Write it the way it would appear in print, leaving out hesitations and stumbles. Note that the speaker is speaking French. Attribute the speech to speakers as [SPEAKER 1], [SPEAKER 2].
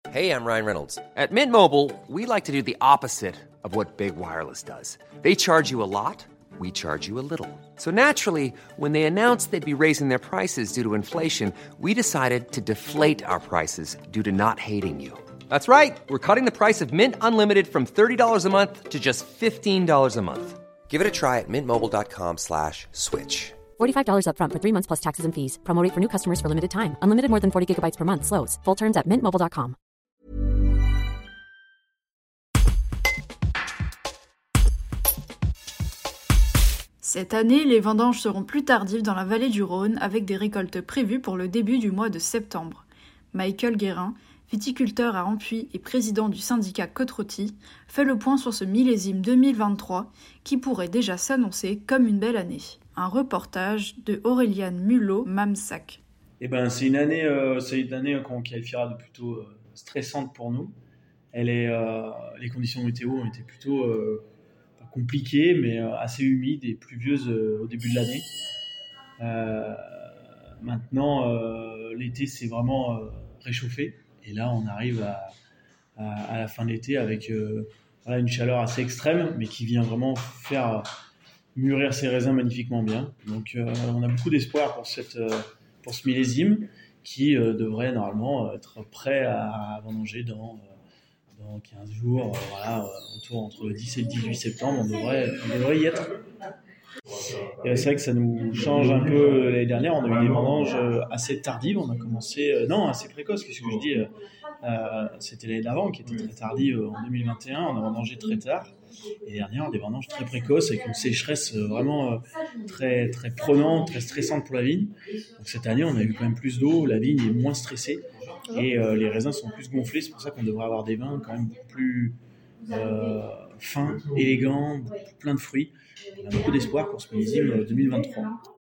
[SPEAKER 1] Hey, I'm Ryan Reynolds. At Mint Mobile, we like to do the opposite of what Big Wireless does. They charge you a lot, we charge you a little. So naturally, when they announced they'd be raising their prices due to inflation, we decided to deflate our prices due to not hating you. That's right. We're cutting the price of Mint Unlimited from $30 a month to just $15 a month. Give it a try at mintmobile.com/switch.
[SPEAKER 2] $45 up front for 3 months plus taxes and fees. Promo rate for new customers for limited time. Unlimited more than 40 gigabytes per month. Slows full terms at mintmobile.com.
[SPEAKER 3] Cette année, les vendanges seront plus tardives dans la vallée du Rhône avec des récoltes prévues pour le début du mois de septembre. Michael Guérin, viticulteur à Ampuis et président du syndicat Côte-Rôtie, fait le point sur ce millésime 2023 qui pourrait déjà s'annoncer comme une belle année. Un reportage de Aurélien Mulot-Mamsac.
[SPEAKER 4] C'est une année qu'on qualifiera de plutôt stressante pour nous. Les conditions météo ont été plutôt compliquées, mais assez humides et pluvieuses au début de l'année. Maintenant, l'été s'est vraiment réchauffé. Et là, on arrive à la fin de l'été avec une chaleur assez extrême, mais qui vient vraiment faire mûrir ces raisins magnifiquement bien. Donc, on a beaucoup d'espoir pour ce millésime qui devrait normalement être prêt à vendanger dans 15 jours. Autour entre le 10 et le 18 septembre, on devrait y être. Et c'est vrai que ça nous change un peu. L'année dernière, on a eu des vendanges assez tardives. On a commencé... assez précoces, qu'est-ce que je dis c'était l'année d'avant qui était très tardive en 2021. On a vendangé très tard. Et l'année dernière, des vendanges très précoces avec une sécheresse vraiment très, très prenante, très stressante pour la vigne. Donc cette année, on a eu quand même plus d'eau. La vigne est moins stressée. Et les raisins sont plus gonflés. C'est pour ça qu'on devrait avoir des vins quand même beaucoup plus fins, élégants, plein de fruits. On a beaucoup d'espoir pour ce millésime 2023.